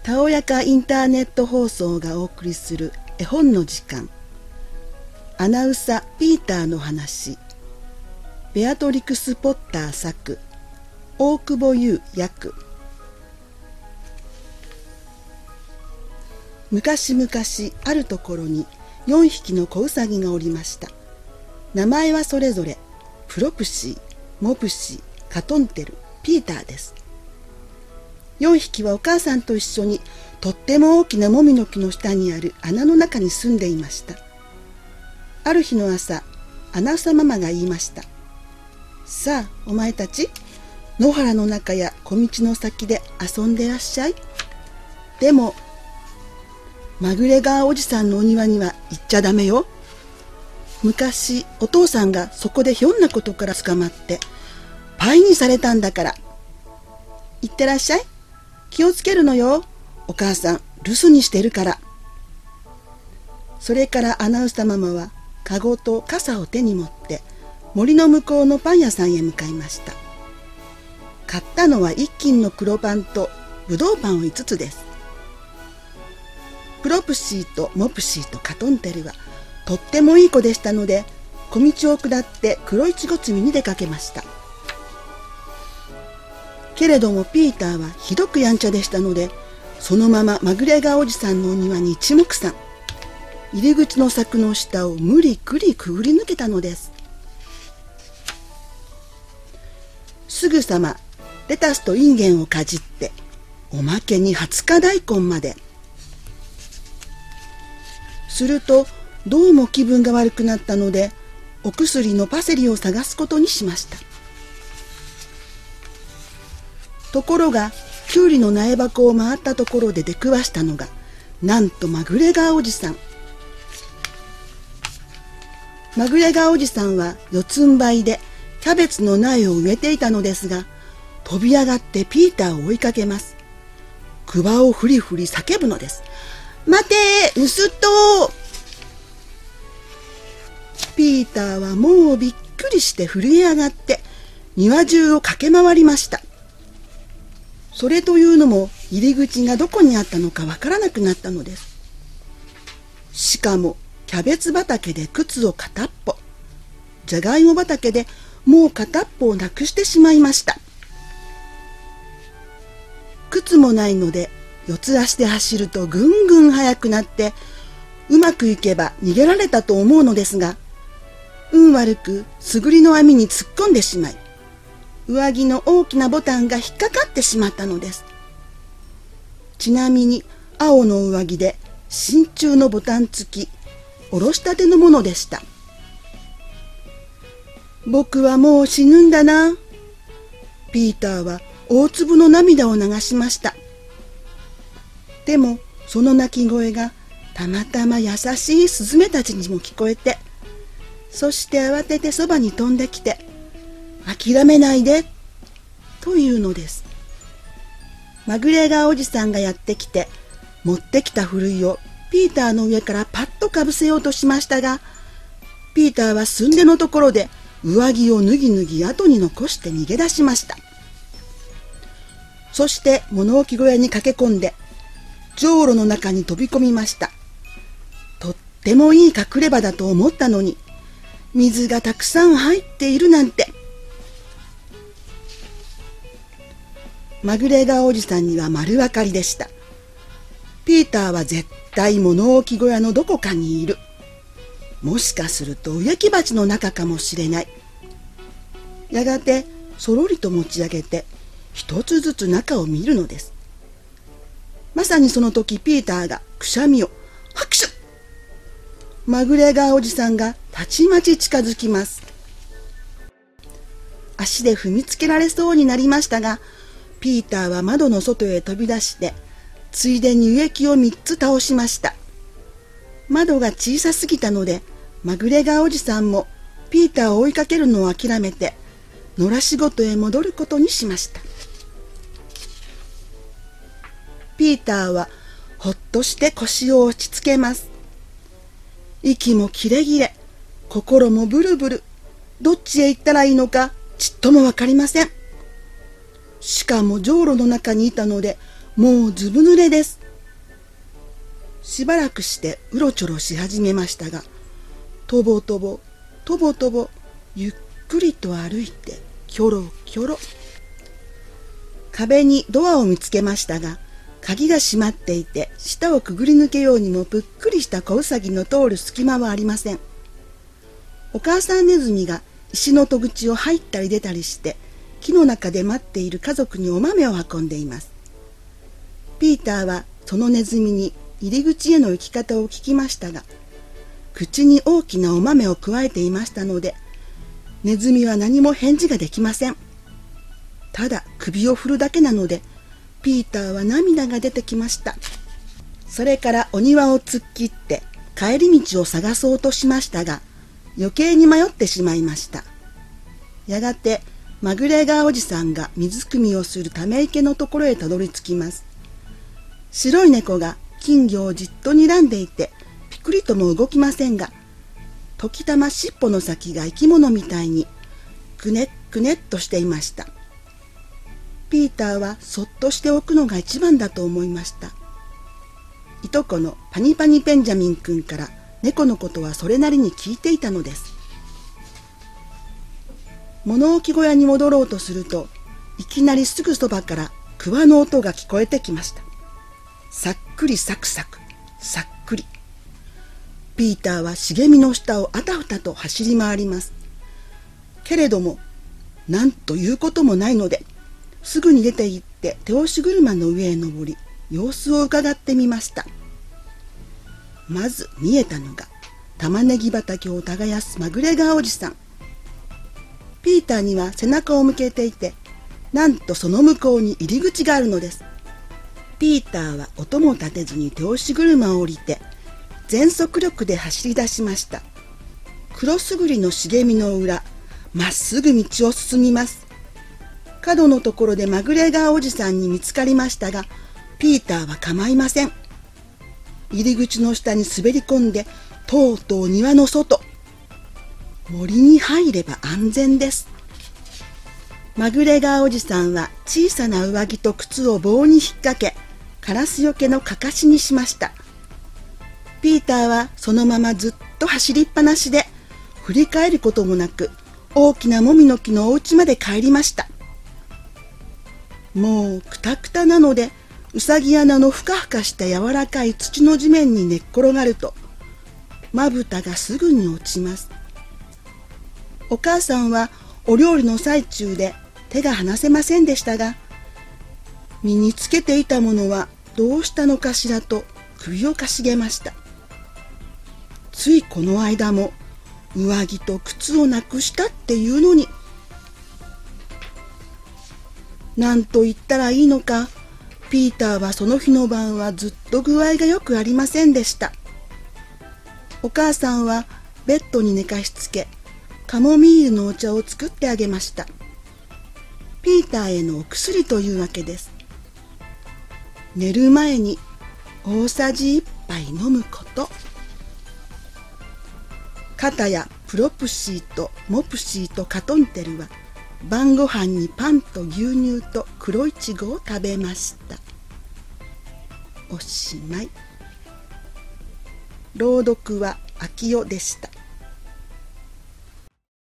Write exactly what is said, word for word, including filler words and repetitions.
たおやかインターネット放送がお送りする絵本の時間、アナウサピーターの話、ベアトリクス・ポッター作、大久保優訳。昔々あるところによんひきの子ウサギがおりました。名前はそれぞれプロプシー、モプシー、カトンテル、ピーターです。よんひきはお母さんと一緒にとっても大きなもみの木の下にある穴の中に住んでいました。ある日の朝、アナウサママが言いました。さあ、お前たち、野原の中や小道の先で遊んでらっしゃい。でも、マグレガーおじさんのお庭には行っちゃダメよ。昔、お父さんがそこでひょんなことから捕まって、パイにされたんだから。行ってらっしゃい。気をつけるのよ。お母さん、留守にしてるから。それからアナウサママは、カゴと傘を手に持って、森の向こうのパン屋さんへ向かいました。買ったのは一斤の黒パンとぶどうパンをいつつです。プロプシーとモプシーとカトンテルはとってもいい子でしたので、小道を下って黒いちご摘みに出かけました。けれどもピーターはひどくやんちゃでしたので、そのままマグレガーおじさんのお庭に一目散、入り口の柵の下を無理くりくぐり抜けたのです。すぐさまレタスとインゲンをかじって、おまけにはつか大根まで。するとどうも気分が悪くなったので、お薬のパセリを探すことにしました。ところがキュウリの苗箱を回ったところで出くわしたのが、なんとマグレガーおじさん。マグレガーおじさんは四つん這いでキャベツの苗を植えていたのですが、飛び上がってピーターを追いかけます。くわをふりふり叫ぶのです。待てー、盗人。ピーターはもうびっくりして震え上がって庭中を駆け回りました。それというのも入り口がどこにあったのかわからなくなったのです。しかもキャベツ畑で靴を片っぽ、じゃがいも畑でもう片っぽをなくしてしまいました。靴もないので四つ足で走るとぐんぐん速くなって、うまくいけば逃げられたと思うのですが、運悪くすぐりの網に突っ込んでしまい、上着の大きなボタンが引っかかってしまったのです。ちなみに青の上着で真鍮のボタン付き、おろしたてのものでした。僕はもう死ぬんだな。ピーターは大粒の涙を流しました。でもその鳴き声がたまたま優しいスズメたちにも聞こえて、そして慌ててそばに飛んできて、諦めないでというのです。マグレガーおじさんがやってきて、持ってきたふるいをピーターの上からパッとかぶせようとしましたが、ピーターはすんでのところで上着を脱ぎ脱ぎ後に残して逃げ出しました。そして物置小屋に駆け込んで、じょうろの中に飛び込みました。とってもいい隠れ場だと思ったのに、水がたくさん入っているなんて。マグレガーおじさんには丸分かりでした。ピーターは絶対物置小屋のどこかにいる。もしかすると植木鉢の中かもしれない。やがてそろりと持ち上げて、一つずつ中を見るのです。まさにその時ピーターがくしゃみを拍手。マグレガーおじさんがたちまち近づきます。足で踏みつけられそうになりましたが、ピーターは窓の外へ飛び出して、ついでに植木をみっつ倒しました。窓が小さすぎたので、マグレガーおじさんもピーターを追いかけるのを諦めて、野良仕事へ戻ることにしました。ピーターはほっとして腰を落ち着けます。息も切れ切れ、心もブルブル、どっちへ行ったらいいのかちっともわかりません。しかもじょうろの中にいたので、 もうずぶ濡れです。しばらくしてうろちょろし始めましたが、とぼとぼ、とぼとぼ、ゆっくりと歩いて、きょろきょろ。壁にドアを見つけましたが、鍵が閉まっていて、下をくぐり抜けようにもぷっくりした子うさぎの通る隙間はありません。お母さんネズミが石の戸口を入ったり出たりして、木の中で待っている家族にお豆を運んでいます。ピーターはそのネズミに入り口への行き方を聞きましたが、口に大きなお豆をくわえていましたので、ネズミは何も返事ができません。ただ首を振るだけなので、ピーターは涙が出てきました。それからお庭を突っ切って帰り道を探そうとしましたが、余計に迷ってしまいました。やがてマグレーガーおじさんが水汲みをするため池のところへたどり着きます。白い猫が金魚をじっと睨んでいて、ピクリとも動きませんが、時たま尻尾の先が生き物みたいにくねっくねっとしていました。ピーターはそっとしておくのが一番だと思いました。いとこのパニパニペンジャミン君から猫のことはそれなりに聞いていたのです。物置小屋に戻ろうとすると、いきなりすぐそばからくわの音が聞こえてきました。さっくりサクサク、さっくり。ピーターは茂みの下をあたふたと走り回ります。けれども、なんということもないので、すぐに出て行って手押し車の上へ登り、様子を伺ってみました。まず見えたのが玉ねぎ畑を耕すマグレガーおじさん。ピーターには背中を向けていて、なんとその向こうに入り口があるのです。ピーターは音も立てずに手押し車を降りて全速力で走り出しました。黒すぐりの茂みの裏、まっすぐ道を進みます。角のところでマグレガーおじさんに見つかりましたが、ピーターは構いません。入り口の下に滑り込んで、とうとう庭の外。森に入れば安全です。マグレガーおじさんは小さな上着と靴を棒に引っ掛け、カラスよけのかかしにしました。ピーターはそのままずっと走りっぱなしで、振り返ることもなく、大きなもみの木のお家まで帰りました。もうくたくたなので、うさぎ穴のふかふかした柔らかい土の地面に寝っ転がると、まぶたがすぐに落ちます。お母さんはお料理の最中で手が離せませんでしたが、身につけていたものはどうしたのかしらと首をかしげました。ついこの間も上着と靴をなくしたっていうのに、なんと言ったらいいのか、ピーターはその日の晩はずっと具合がよくありませんでした。お母さんはベッドに寝かしつけ、カモミールのお茶を作ってあげました。ピーターへのお薬というわけです。寝る前に大さじいっぱい飲むこと。カタやプロプシーとモプシーとカトンテルは晩ご飯にパンと牛乳と黒いちごを食べました。おしまい。朗読は秋代でした。